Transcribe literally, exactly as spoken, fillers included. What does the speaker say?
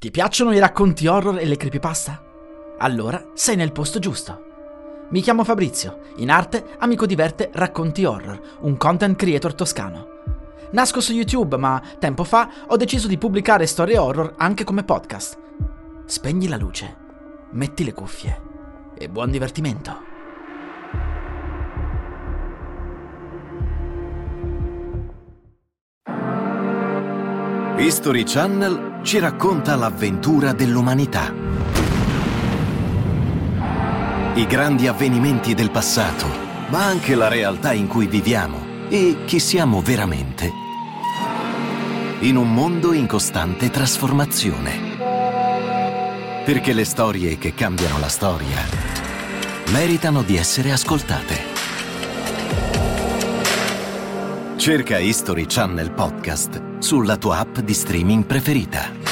Ti piacciono i racconti horror e le creepypasta? Allora sei nel posto giusto. Mi chiamo Fabrizio, in arte amico diverte Racconti Horror, un content creator toscano. Nasco su YouTube, ma tempo fa ho deciso di pubblicare storie horror anche come podcast. Spegni la luce, metti le cuffie e buon divertimento. History Channel ci racconta l'avventura dell'umanità. I grandi avvenimenti del passato, ma anche la realtà in cui viviamo e chi siamo veramente. In un mondo in costante trasformazione. Perché le storie che cambiano la storia meritano di essere ascoltate. Cerca History Channel Podcast sulla tua app di streaming preferita.